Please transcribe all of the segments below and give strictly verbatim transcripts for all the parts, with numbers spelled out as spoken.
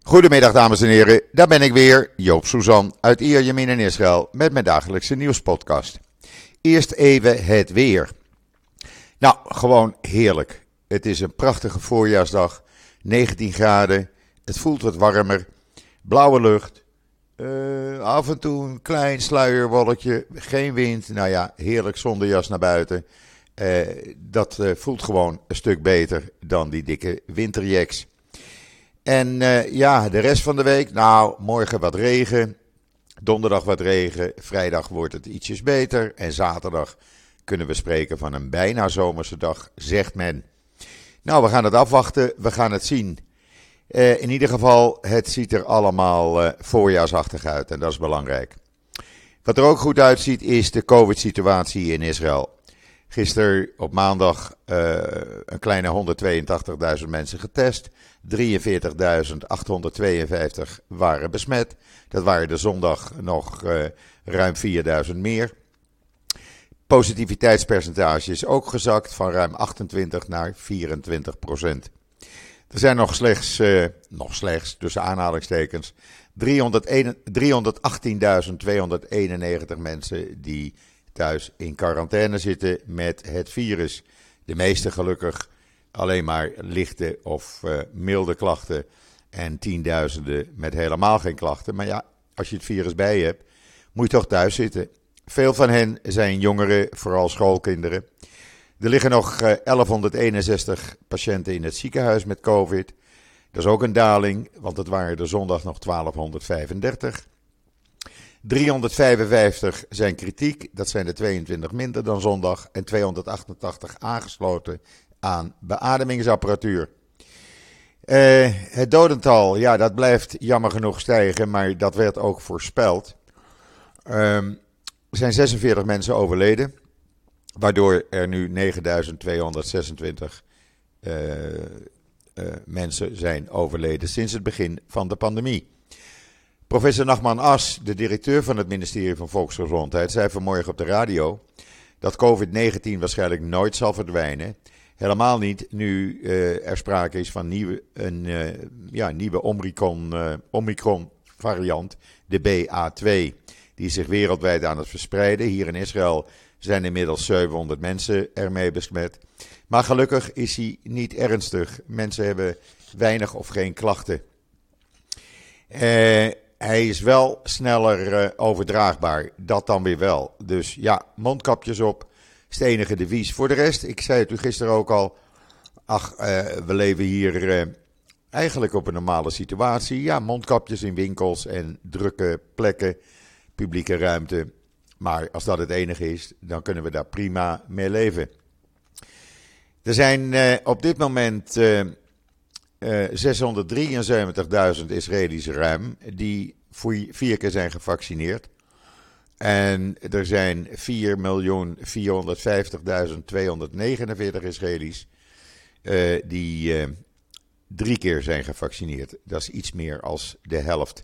Goedemiddag dames en heren, daar ben ik weer, Joop Suzan uit Ierjemien in Israël met mijn dagelijkse nieuwspodcast. Eerst even het weer. Nou, gewoon heerlijk. Het is een prachtige voorjaarsdag, negentien graden, het voelt wat warmer, blauwe lucht, uh, af en toe een klein sluierwolkje, geen wind, nou ja, heerlijk zonder jas naar buiten. Uh, dat uh, voelt gewoon een stuk beter dan die dikke winterjacks. En uh, ja, de rest van de week, nou, morgen wat regen, donderdag wat regen, vrijdag wordt het ietsjes beter en zaterdag kunnen we spreken van een bijna zomerse dag, zegt men. Nou, we gaan het afwachten, we gaan het zien. Uh, in ieder geval, het ziet er allemaal uh, voorjaarsachtig uit en dat is belangrijk. Wat er ook goed uitziet is de COVID-situatie in Israël. Gisteren op maandag uh, een kleine honderdtweeëntachtigduizend mensen getest. drieënveertigduizend achthonderdtweeënvijftig waren besmet. Dat waren de zondag nog uh, ruim vierduizend meer. Positiviteitspercentage is ook gezakt van ruim achtentwintig naar vierentwintig procent. Er zijn nog slechts, uh, nog slechts tussen aanhalingstekens, driehonderdachttienduizend tweehonderdeenennegentig mensen die thuis in quarantaine zitten met het virus. De meeste gelukkig alleen maar lichte of uh, milde klachten en tienduizenden met helemaal geen klachten. Maar ja, als je het virus bij je hebt, moet je toch thuis zitten. Veel van hen zijn jongeren, vooral schoolkinderen. Er liggen nog uh, elfhonderdeenenzestig patiënten in het ziekenhuis met COVID. Dat is ook een daling, want het waren er zondag nog twaalfhonderdvijfendertig. driehonderdvijfenvijftig zijn kritiek, dat zijn er tweeëntwintig minder dan zondag. En tweehonderdachtentachtig aangesloten aan beademingsapparatuur. Uh, het dodental, ja, dat blijft jammer genoeg stijgen, maar dat werd ook voorspeld. Um, er zijn zesenveertig mensen overleden, waardoor er nu negenduizend tweehonderdzesentwintig uh, uh, mensen zijn overleden sinds het begin van de pandemie. Professor Nachman As, de directeur van het ministerie van Volksgezondheid, zei vanmorgen op de radio dat covid negentien waarschijnlijk nooit zal verdwijnen. Helemaal niet nu uh, er sprake is van nieuwe, een uh, ja, nieuwe Omicron, uh, Omicron variant, de B A twee. Die is zich wereldwijd aan het verspreiden. Hier in Israël zijn inmiddels zevenhonderd mensen ermee besmet. Maar gelukkig is hij niet ernstig. Mensen hebben weinig of geen klachten. Uh, Hij is wel sneller uh, overdraagbaar, dat dan weer wel. Dus ja, mondkapjes op, is het enige devies. Voor de rest, ik zei het u gisteren ook al, ach, uh, we leven hier uh, eigenlijk op een normale situatie. Ja, mondkapjes in winkels en drukke plekken, publieke ruimte. Maar als dat het enige is, dan kunnen we daar prima mee leven. Er zijn uh, op dit moment Uh, Uh, zeshonderddrieënzeventigduizend Israëli's ruim die vier keer zijn gevaccineerd. En er zijn vier miljoen vierhonderdvijftigduizend tweehonderdnegenenveertig Israëli's uh, die uh, drie keer zijn gevaccineerd. Dat is iets meer als de helft.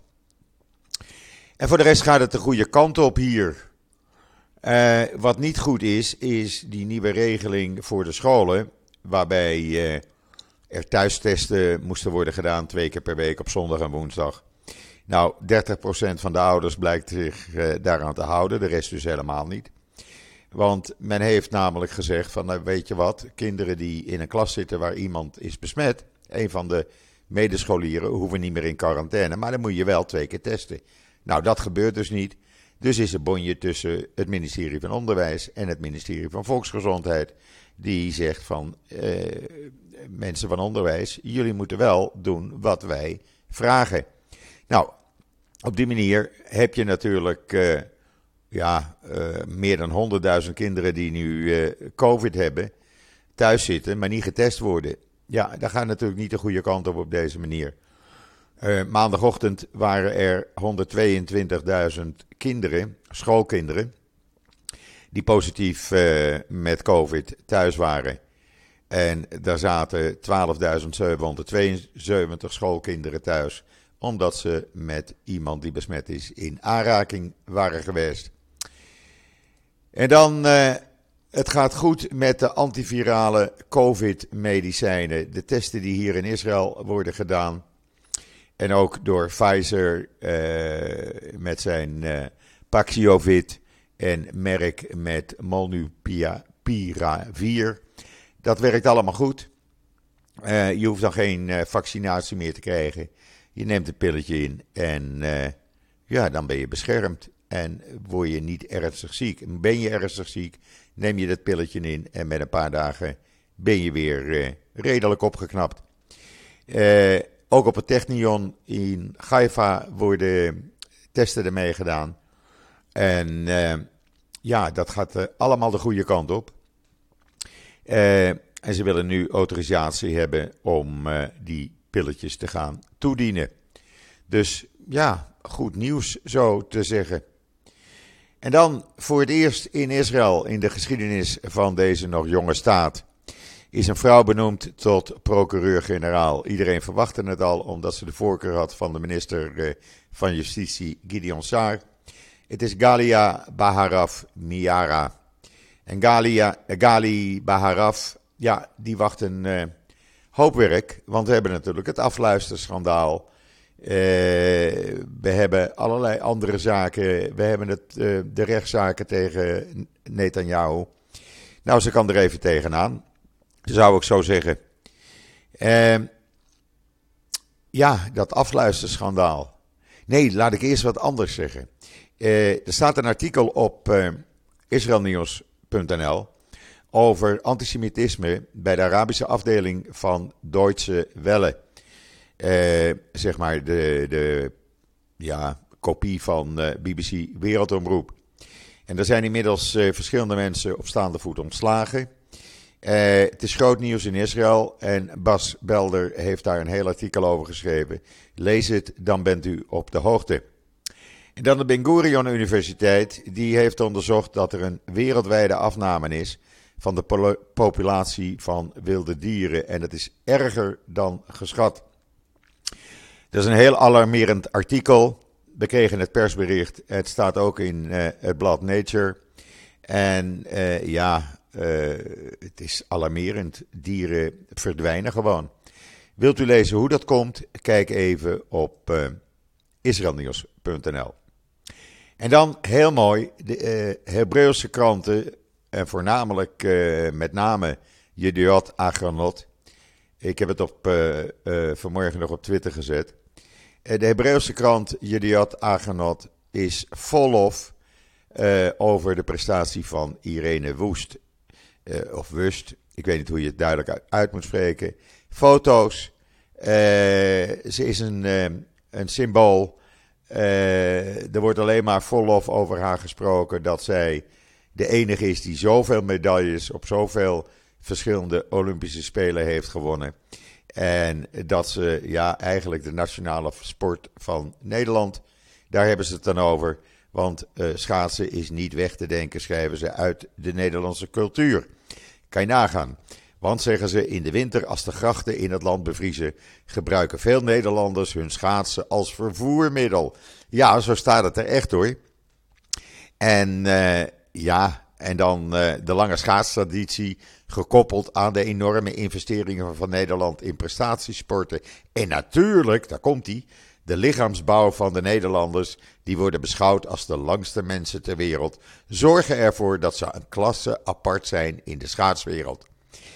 En voor de rest gaat het de goede kant op hier. Uh, wat niet goed is, is die nieuwe regeling voor de scholen, waarbij Uh, er thuistesten moesten worden gedaan twee keer per week op zondag en woensdag. Nou, dertig procent van de ouders blijkt zich uh, daaraan te houden, de rest dus helemaal niet. Want men heeft namelijk gezegd van, nou, weet je wat, kinderen die in een klas zitten waar iemand is besmet, een van de medescholieren, hoeven niet meer in quarantaine, maar dan moet je wel twee keer testen. Nou, dat gebeurt dus niet. Dus is er bonje tussen het ministerie van Onderwijs en het ministerie van Volksgezondheid, die zegt van, uh, mensen van onderwijs, jullie moeten wel doen wat wij vragen. Nou, op die manier heb je natuurlijk uh, ja, uh, meer dan honderdduizend kinderen die nu uh, COVID hebben, thuis zitten, maar niet getest worden. Ja, dat gaat natuurlijk niet de goede kant op op deze manier. Uh, maandagochtend waren er honderdtweeëntwintigduizend kinderen, schoolkinderen, die positief uh, met COVID thuis waren. En daar zaten twaalfduizend zevenhonderdtweeënzeventig schoolkinderen thuis, omdat ze met iemand die besmet is in aanraking waren geweest. En dan, uh, het gaat goed met de antivirale COVID-medicijnen. De testen die hier in Israël worden gedaan. En ook door Pfizer uh, met zijn uh, Paxlovid en Merck met Molnupiravir. Dat werkt allemaal goed. Uh, je hoeft dan geen uh, vaccinatie meer te krijgen. Je neemt een pilletje in en uh, ja, dan ben je beschermd. En word je niet ernstig ziek. Ben je ernstig ziek, neem je dat pilletje in en met een paar dagen ben je weer uh, redelijk opgeknapt. Uh, ook op het Technion in Haifa worden testen ermee gedaan. En uh, ja, dat gaat uh, allemaal de goede kant op. Uh, en ze willen nu autorisatie hebben om uh, die pilletjes te gaan toedienen. Dus ja, goed nieuws zo te zeggen. En dan voor het eerst in Israël, in de geschiedenis van deze nog jonge staat, is een vrouw benoemd tot procureur-generaal. Iedereen verwachtte het al, omdat ze de voorkeur had van de minister uh, van Justitie, Gideon Saar. Het is Galia Baharaf Miara. En Galia, Gali Baharaf, ja, die wacht een uh, hoop werk, want we hebben natuurlijk het afluisterschandaal. Uh, we hebben allerlei andere zaken. We hebben het, uh, de rechtszaken tegen Netanyahu. Nou, ze kan er even tegenaan. Zou ik zo zeggen. Uh, ja, dat afluisterschandaal. Nee, laat ik eerst wat anders zeggen. Uh, er staat een artikel op uh, israelnieuws punt n l over antisemitisme bij de Arabische afdeling van Deutsche Welle. Uh, zeg maar de, de ja, kopie van uh, B B C Wereldomroep. En er zijn inmiddels uh, verschillende mensen op staande voet ontslagen. Uh, het is groot nieuws in Israël en Bas Belder heeft daar een heel artikel over geschreven. Lees het, dan bent u op de hoogte. En dan de Ben Gurion Universiteit, die heeft onderzocht dat er een wereldwijde afname is van de pol- populatie van wilde dieren. En dat is erger dan geschat. Dat is een heel alarmerend artikel. We kregen het persbericht. Het staat ook in uh, het blad Nature. En uh, ja, uh, het is alarmerend. Dieren verdwijnen gewoon. Wilt u lezen hoe dat komt? Kijk even op uh, israelnieuws punt n l. En dan, heel mooi, de uh, Hebreeuwse kranten, en voornamelijk uh, met name Yediot Ahronot. Ik heb het op, uh, uh, vanmorgen nog op Twitter gezet. Uh, de Hebreeuwse krant Yediot Ahronot is vol lof uh, over de prestatie van Irene Wust. Uh, of Wust, ik weet niet hoe je het duidelijk uit, uit moet spreken. Foto's, uh, ze is een, uh, een symbool. Uh, er wordt alleen maar vol lof over haar gesproken dat zij de enige is die zoveel medailles op zoveel verschillende Olympische Spelen heeft gewonnen. En dat ze ja, eigenlijk de nationale sport van Nederland, daar hebben ze het dan over. Want uh, schaatsen is niet weg te denken, schrijven ze, uit de Nederlandse cultuur. Kan je nagaan. Want, zeggen ze, in de winter als de grachten in het land bevriezen, gebruiken veel Nederlanders hun schaatsen als vervoermiddel. Ja, zo staat het er echt hoor. En uh, ja, en dan uh, de lange schaatstraditie, gekoppeld aan de enorme investeringen van Nederland in prestatiesporten. En natuurlijk, daar komt ie, de lichaamsbouw van de Nederlanders, die worden beschouwd als de langste mensen ter wereld, zorgen ervoor dat ze een klasse apart zijn in de schaatswereld.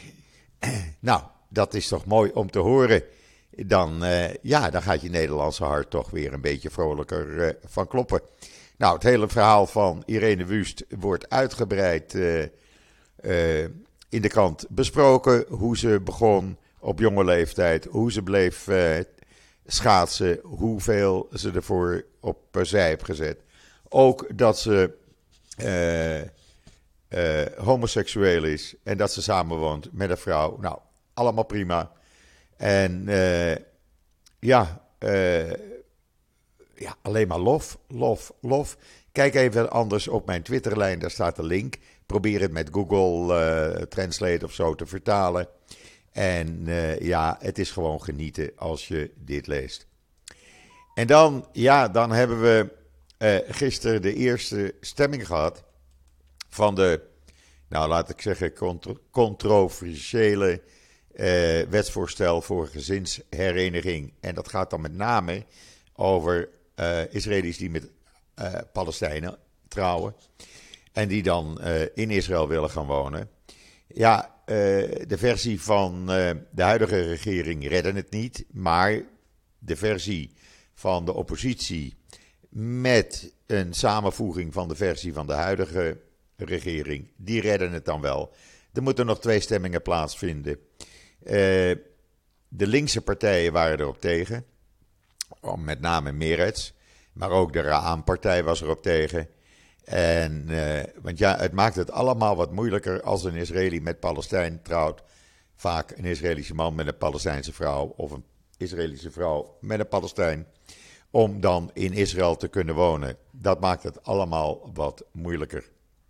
Nou, dat is toch mooi om te horen. Dan, uh, ja, dan gaat je Nederlandse hart toch weer een beetje vrolijker uh, van kloppen. Nou, het hele verhaal van Irene Wust wordt uitgebreid uh, uh, in de krant besproken. Hoe ze begon op jonge leeftijd, hoe ze bleef uh, schaatsen, hoeveel ze ervoor opzij heeft gezet. Ook dat ze uh, uh, homoseksueel is en dat ze samenwoont met een vrouw. Nou, allemaal prima. En uh, ja, uh, ja, alleen maar lof, lof, lof. Kijk even anders op mijn Twitterlijn, daar staat de link. Probeer het met Google uh, Translate of zo te vertalen. En uh, ja, het is gewoon genieten als je dit leest. En dan, ja, dan hebben we uh, gisteren de eerste stemming gehad van de, nou laat ik zeggen, contro- controversiële wetsvoorstel voor gezinshereniging. En dat gaat dan met name over uh, Israëli's die met uh, Palestijnen trouwen. En die dan uh, in Israël willen gaan wonen. Ja, uh, de versie van uh, de huidige regering redde het niet. Maar de versie van de oppositie met een samenvoeging van de versie van de huidige regering, die redden het dan wel. Er moeten nog twee stemmingen plaatsvinden. Uh, de linkse partijen waren erop tegen. Met name Meretz. Maar ook de Ra'am-partij was erop tegen. En, uh, want ja, het maakt het allemaal wat moeilijker als een Israëli met Palestijn trouwt. Vaak een Israëlische man met een Palestijnse vrouw. Of een Israëlische vrouw met een Palestijn. Om dan in Israël te kunnen wonen. Dat maakt het allemaal wat moeilijker.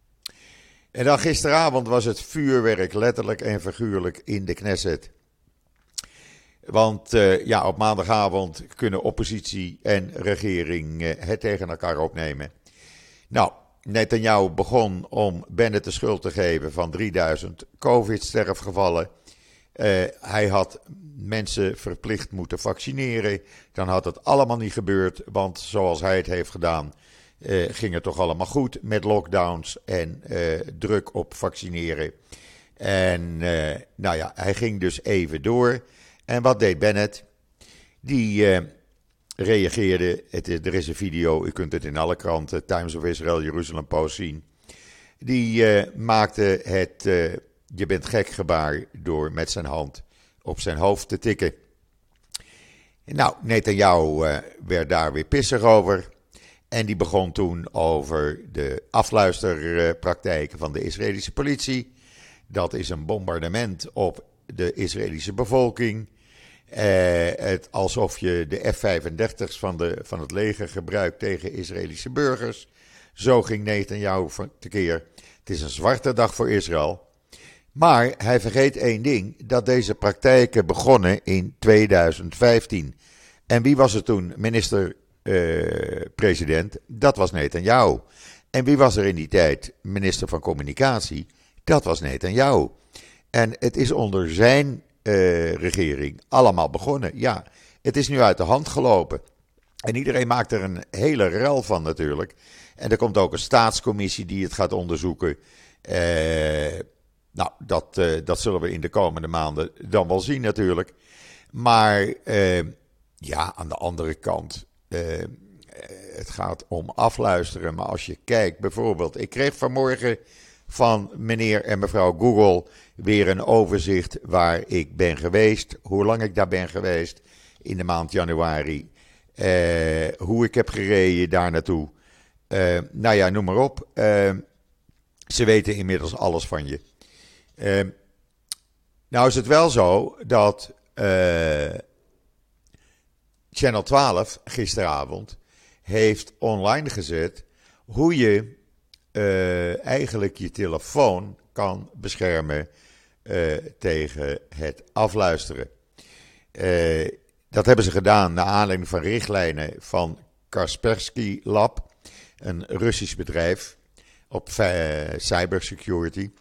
En dan gisteravond was het vuurwerk letterlijk en figuurlijk in de Knesset. Want uh, ja, op maandagavond kunnen oppositie en regering uh, het tegen elkaar opnemen. Nou, Netanyahu begon om Bennett de schuld te geven van drieduizend COVID-sterfgevallen. Uh, hij had mensen verplicht moeten vaccineren. Dan had het allemaal niet gebeurd, want zoals hij het heeft gedaan, uh, ging het toch allemaal goed met lockdowns en uh, druk op vaccineren. En uh, nou ja, hij ging dus even door. En wat deed Bennett? Die uh, reageerde. Het is, er is een video, u kunt het in alle kranten, Times of Israel, Jerusalem Post zien. Die uh, maakte het uh, je bent gek gebaar door met zijn hand op zijn hoofd te tikken. Nou, Netanyahu uh, werd daar weer pissig over. En die begon toen over de afluisterpraktijken van de Israëlische politie. Dat is een bombardement op de Israëlische bevolking. Uh, het, alsof je de F vijfendertig's van, de, van het leger gebruikt tegen Israëlische burgers. Zo ging Netanyahu tekeer. Het is een zwarte dag voor Israël. Maar hij vergeet één ding, dat deze praktijken begonnen in tweeduizend vijftien. En wie was er toen minister-president? Uh, dat was Netanyahu. En wie was er in die tijd minister van Communicatie? Dat was Netanyahu. En het is onder zijn uh, regering allemaal begonnen. Ja, het is nu uit de hand gelopen. En iedereen maakt er een hele rel van natuurlijk. En er komt ook een staatscommissie die het gaat onderzoeken. Uh, nou, dat, uh, dat zullen we in de komende maanden dan wel zien natuurlijk. Maar uh, ja, aan de andere kant, uh, het gaat om afluisteren. Maar als je kijkt, bijvoorbeeld, ik kreeg vanmorgen van meneer en mevrouw Google weer een overzicht waar ik ben geweest, hoe lang ik daar ben geweest in de maand januari, uh, hoe ik heb gereden daar naartoe. Uh, nou ja, noem maar op. Uh, ze weten inmiddels alles van je. Uh, nou is het wel zo dat uh, Channel twaalf gisteravond heeft online gezet hoe je uh, eigenlijk je telefoon kan beschermen uh, tegen het afluisteren. Uh, dat hebben ze gedaan naar aanleiding van richtlijnen van Kaspersky Lab, een Russisch bedrijf op uh, cybersecurity.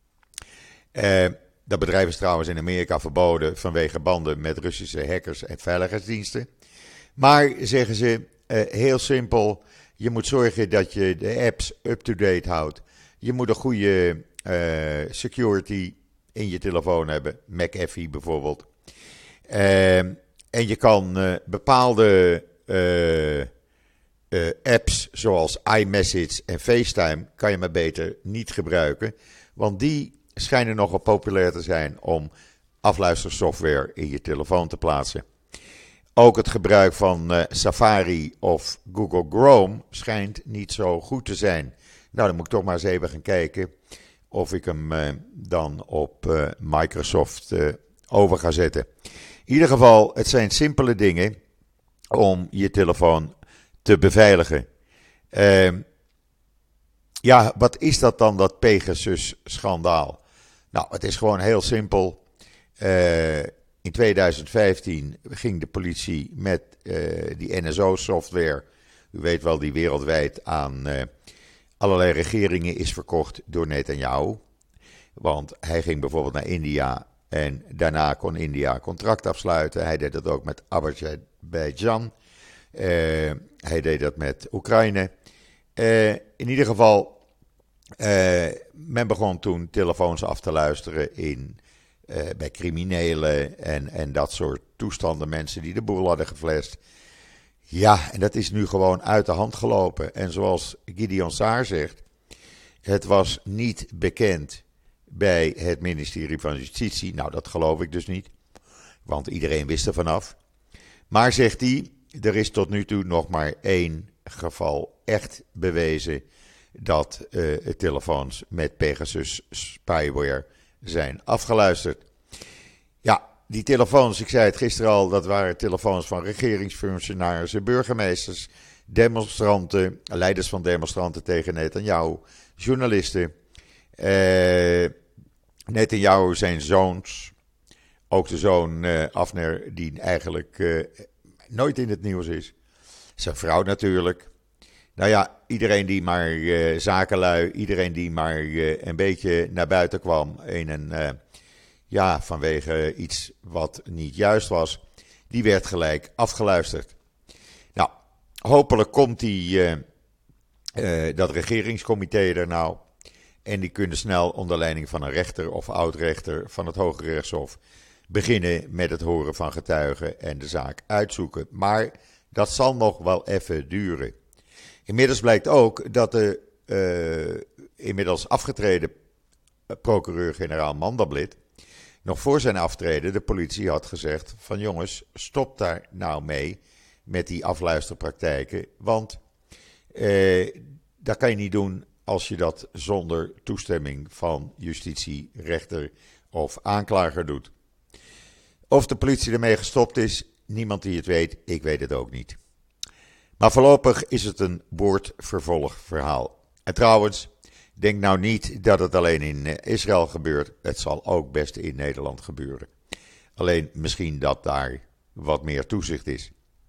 Uh, dat bedrijf is trouwens in Amerika verboden vanwege banden met Russische hackers en veiligheidsdiensten. Maar, zeggen ze, uh, heel simpel, je moet zorgen dat je de apps up-to-date houdt. Je moet een goede uh, security in je telefoon hebben, McAfee bijvoorbeeld. Uh, en je kan uh, bepaalde uh, uh, apps zoals iMessage en FaceTime kan je maar beter niet gebruiken, want die schijnen nogal populair te zijn om afluistersoftware in je telefoon te plaatsen. Ook het gebruik van uh, Safari of Google Chrome schijnt niet zo goed te zijn. Nou, dan moet ik toch maar eens even gaan kijken of ik hem uh, dan op uh, Microsoft uh, over ga zetten. In ieder geval, het zijn simpele dingen om je telefoon te beveiligen. Uh, ja, wat is dat dan, dat Pegasus-schandaal? Nou, het is gewoon heel simpel. Uh, in tweeduizend vijftien ging de politie met uh, die N S O-software, u weet wel, die wereldwijd aan uh, allerlei regeringen is verkocht door Netanyahu. Want hij ging bijvoorbeeld naar India En daarna kon India contract afsluiten. Hij deed dat ook met Azerbeidzjan. Uh, hij deed dat met Oekraïne. Uh, in ieder geval, uh, men begon toen telefoons af te luisteren in, uh, bij criminelen en, en dat soort toestanden. Mensen die de boel hadden geflasht. Ja, en dat is nu gewoon uit de hand gelopen. En zoals Gideon Saar zegt, het was niet bekend bij het ministerie van Justitie. Nou, dat geloof ik dus niet, want iedereen wist er vanaf. Maar zegt hij, er is tot nu toe nog maar één geval echt bewezen dat uh, telefoons met Pegasus spyware zijn afgeluisterd. Ja, die telefoons, ik zei het gisteren al, dat waren telefoons van regeringsfunctionarissen, burgemeesters, demonstranten, leiders van demonstranten tegen Netanyahu, journalisten, uh, Netanyahu zijn zoons, ook de zoon uh, Afner, die eigenlijk uh, nooit in het nieuws is. Zijn vrouw natuurlijk. Nou ja, iedereen die maar uh, zakenlui, iedereen die maar uh, een beetje naar buiten kwam in een, uh, ja, vanwege iets wat niet juist was, die werd gelijk afgeluisterd. Nou, hopelijk komt die, uh, uh, dat regeringscomité er nou. En die kunnen snel onder leiding van een rechter of oud-rechter van het Hoge Rechtshof beginnen met het horen van getuigen en de zaak uitzoeken. Maar dat zal nog wel even duren. Inmiddels blijkt ook dat de uh, inmiddels afgetreden procureur-generaal Mandelblit nog voor zijn aftreden de politie had gezegd van jongens, stop daar nou mee met die afluisterpraktijken, want uh, dat kan je niet doen als je dat zonder toestemming van justitie, rechter of aanklager doet. Of de politie ermee gestopt is, niemand die het weet, ik weet het ook niet. Maar voorlopig is het een boordvervolgverhaal. En trouwens, denk nou niet dat het alleen in Israël gebeurt. Het zal ook best in Nederland gebeuren. Alleen misschien dat daar wat meer toezicht is.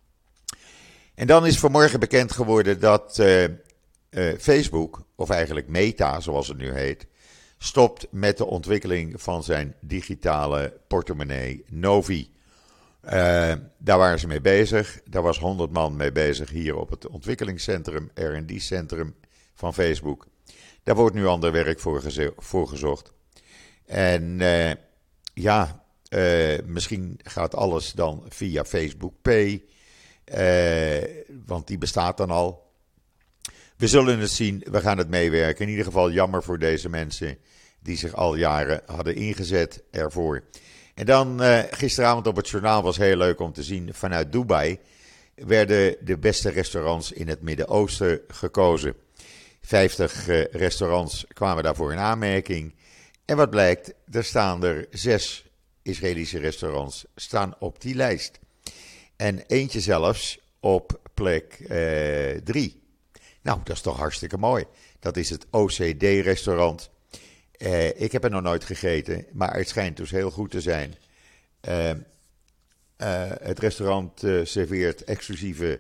En dan is vanmorgen bekend geworden dat uh, uh, Facebook, of eigenlijk Meta zoals het nu heet, stopt met de ontwikkeling van zijn digitale portemonnee Novi. Uh, daar waren ze mee bezig. Daar was honderd man mee bezig hier op het ontwikkelingscentrum, R en D-centrum van Facebook. Daar wordt nu ander werk voor, geze- voor gezocht. En uh, ja, uh, misschien gaat alles dan via Facebook Pay, uh, want die bestaat dan al. We zullen het zien, we gaan het meewerken. In ieder geval jammer voor deze mensen die zich al jaren hadden ingezet ervoor. En dan uh, gisteravond op het journaal was heel leuk om te zien. Vanuit Dubai werden de beste restaurants in het Midden-Oosten gekozen. vijftig uh, restaurants kwamen daarvoor in aanmerking. En wat blijkt, er staan er zes Israëlische restaurants staan op die lijst. En eentje zelfs op plek uh, drie. Nou, dat is toch hartstikke mooi. Dat is het O C D-restaurant. Uh, ik heb er nog nooit gegeten, maar het schijnt dus heel goed te zijn. Uh, uh, het restaurant uh, serveert exclusieve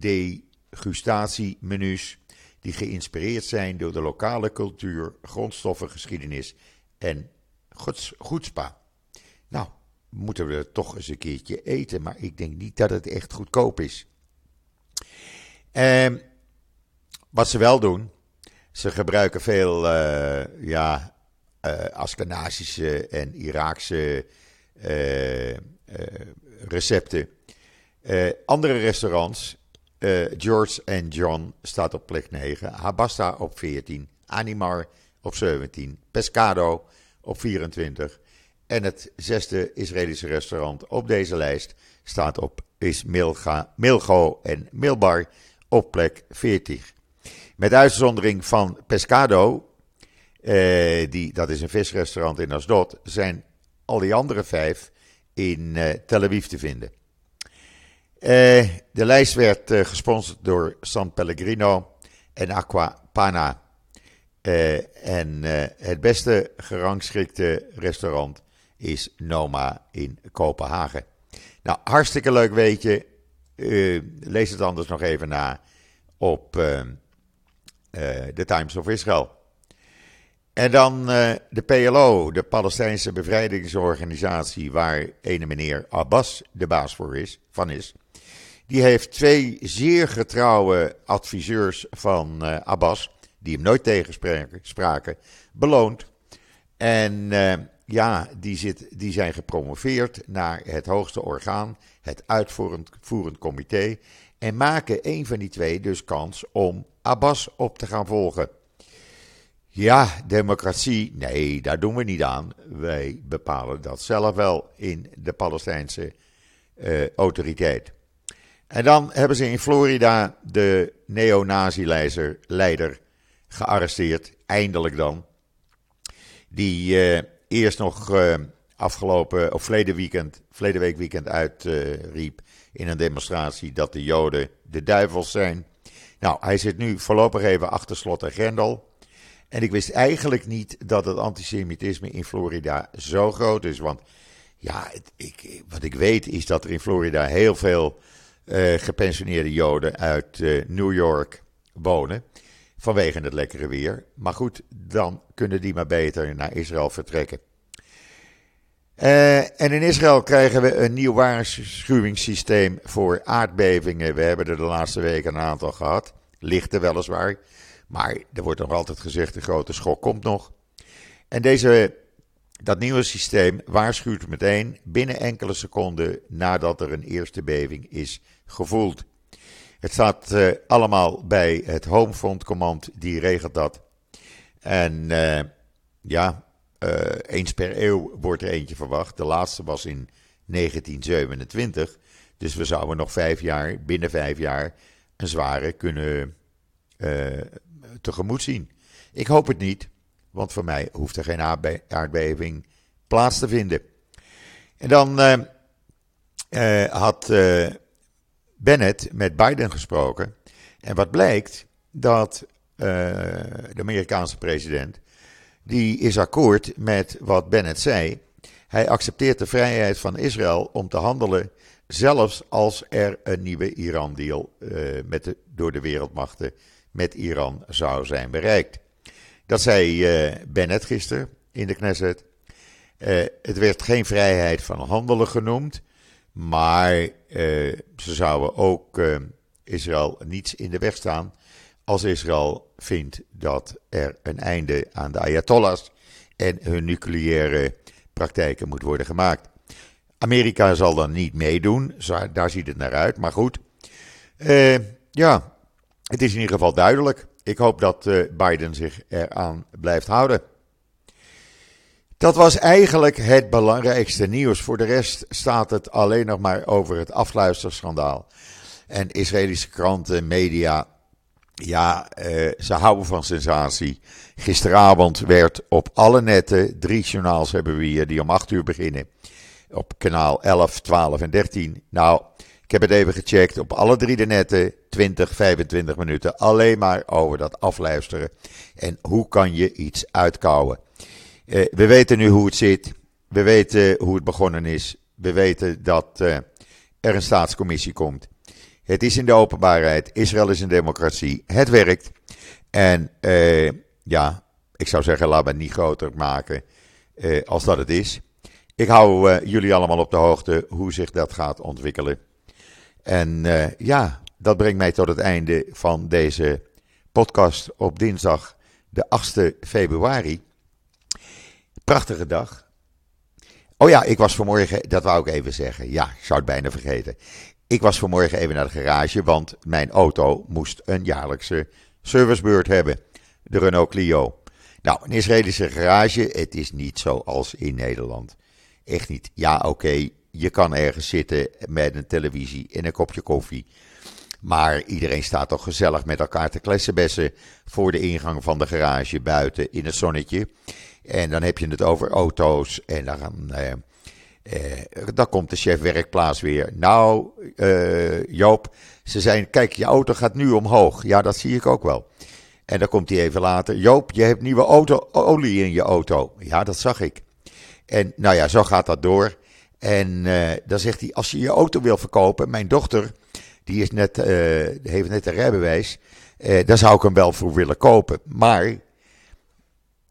degustatiemenu's die geïnspireerd zijn door de lokale cultuur, grondstoffen, geschiedenis en goedspa. Nou, moeten we toch eens een keertje eten, maar ik denk niet dat het echt goedkoop is. Uh, wat ze wel doen, ze gebruiken veel uh, ja, uh, Askenazische en Iraakse uh, uh, recepten. Uh, andere restaurants, uh, George en John staat op plek negen, Habasta op veertien, Animar op zeventien, Pescado op vierentwintig. En het zesde Israëlische restaurant op deze lijst staat op, is Milga, Milgo en Milbar op plek veertig. Met uitzondering van Pescado, eh, die, dat is een visrestaurant in Asdod, zijn al die andere vijf in eh, Tel Aviv te vinden. Eh, de lijst werd eh, gesponsord door San Pellegrino en Aqua Pana. Eh, en eh, het beste gerangschikte restaurant is Noma in Kopenhagen. Nou, hartstikke leuk weetje. Uh, lees het anders nog even na op uh, uh, The Times of Israel. En dan uh, de P L O, de Palestijnse bevrijdingsorganisatie, waar ene meneer Abbas de baas voor is, van is. Die heeft twee zeer getrouwe adviseurs van uh, Abbas, die hem nooit tegenspraken, beloond. En uh, ja, die, zit, die zijn gepromoveerd naar het hoogste orgaan, het uitvoerend voerend comité. En maken een van die twee dus kans om Abbas op te gaan volgen. Ja, democratie, nee, daar doen we niet aan. Wij bepalen dat zelf wel in de Palestijnse uh, autoriteit. En dan hebben ze in Florida de neonazi-leider leider gearresteerd, eindelijk dan. Die uh, eerst nog uh, afgelopen, of verleden weekend, verleden week weekend uitriep uh, in een demonstratie dat de Joden de duivels zijn. Nou, hij zit nu voorlopig even achter slot en grendel. En ik wist eigenlijk niet dat het antisemitisme in Florida zo groot is. Want ja, het, ik, wat ik weet is dat er in Florida heel veel uh, gepensioneerde Joden uit uh, New York wonen. Vanwege het lekkere weer. Maar goed, dan kunnen die maar beter naar Israël vertrekken. Uh, en in Israël krijgen we een nieuw waarschuwingssysteem voor aardbevingen. We hebben er de laatste weken een aantal gehad. Lichte weliswaar. Maar er wordt nog altijd gezegd, de grote schok komt nog. En deze, dat nieuwe systeem waarschuwt meteen binnen enkele seconden nadat er een eerste beving is gevoeld. Het staat uh, allemaal bij het Homefront Command, die regelt dat. En uh, ja, uh, eens per eeuw wordt er eentje verwacht. De laatste was in negentien zevenentwintig. Dus we zouden nog vijf jaar, binnen vijf jaar, een zware kunnen uh, tegemoet zien. Ik hoop het niet, want voor mij hoeft er geen aardbeving plaats te vinden. En dan uh, uh, had uh, Bennett met Biden gesproken. En wat blijkt, dat uh, de Amerikaanse president, die is akkoord met wat Bennett zei. Hij accepteert de vrijheid van Israël om te handelen, zelfs als er een nieuwe Iran-deal uh, met de, door de wereldmachten met Iran zou zijn bereikt. Dat zei uh, Bennett gisteren in de Knesset. Uh, het werd geen vrijheid van handelen genoemd, maar uh, ze zouden ook uh, Israël niets in de weg staan als Israël vindt dat er een einde aan de Ayatollahs en hun nucleaire praktijken moet worden gemaakt. Amerika zal dan niet meedoen, daar ziet het naar uit, maar goed. Uh, ja, het is in ieder geval duidelijk. Ik hoop dat uh, Biden zich eraan blijft houden. Dat was eigenlijk het belangrijkste nieuws. Voor de rest staat het alleen nog maar over het afluisterschandaal. En Israëlische kranten, media, ja, uh, ze houden van sensatie. Gisteravond werd op alle netten, drie journaals hebben we hier die om acht uur beginnen. Op kanaal elf, twaalf en dertien. Nou, ik heb het even gecheckt. Op alle drie de netten, twintig, vijfentwintig minuten. Alleen maar over dat afluisteren. En hoe kan je iets uitkouwen? Uh, we weten nu hoe het zit. We weten hoe het begonnen is. We weten dat uh, er een staatscommissie komt. Het is in de openbaarheid. Israël is een democratie. Het werkt. En uh, ja, ik zou zeggen, laat het niet groter maken uh, als dat het is. Ik hou uh, jullie allemaal op de hoogte hoe zich dat gaat ontwikkelen. En uh, ja, dat brengt mij tot het einde van deze podcast op dinsdag de achtste februari. Prachtige dag. Oh ja, ik was vanmorgen, dat wou ik even zeggen. Ja, ik zou het bijna vergeten. Ik was vanmorgen even naar de garage, want mijn auto moest een jaarlijkse servicebeurt hebben. De Renault Clio. Nou, een Israëlische garage, het is niet zoals in Nederland. Echt niet. Ja, oké, okay, je kan ergens zitten met een televisie en een kopje koffie. Maar iedereen staat toch gezellig met elkaar te klessenbessen voor de ingang van de garage buiten in het zonnetje. En dan heb je het over auto's en dan, eh, eh, dan komt de chef werkplaats weer. Nou, eh, Joop, ze zijn, kijk, je auto gaat nu omhoog. Ja, dat zie ik ook wel. En dan komt hij even later. Joop, je hebt nieuwe auto, olie in je auto. Ja, dat zag ik. En nou ja, zo gaat dat door. En uh, dan zegt hij, als je je auto wil verkopen, mijn dochter, die is net, uh, heeft net een rijbewijs, uh, daar zou ik hem wel voor willen kopen. Maar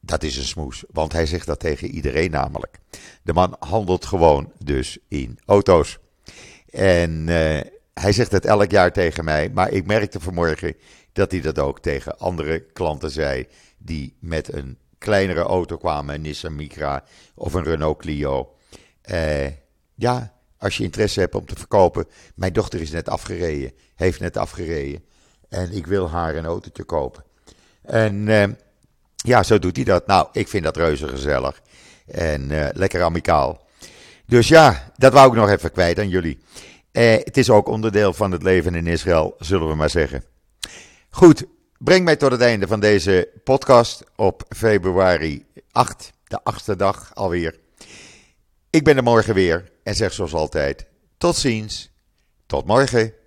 dat is een smoes, want hij zegt dat tegen iedereen namelijk. De man handelt gewoon dus in auto's. En uh, hij zegt het elk jaar tegen mij, maar ik merkte vanmorgen dat hij dat ook tegen andere klanten zei die met een kleinere auto kwamen, een Nissan Micra of een Renault Clio. Uh, ja, als je interesse hebt om te verkopen, mijn dochter is net afgereden, heeft net afgereden en ik wil haar een autootje kopen. En uh, ja, zo doet hij dat. Nou, ik vind dat reuze gezellig en uh, lekker amicaal. Dus ja, dat wou ik nog even kwijt aan jullie. Uh, het is ook onderdeel van het leven in Israël, zullen we maar zeggen. Goed, breng mij tot het einde van deze podcast op februari acht, de achtste dag alweer. Ik ben er morgen weer en zeg zoals altijd, tot ziens, tot morgen.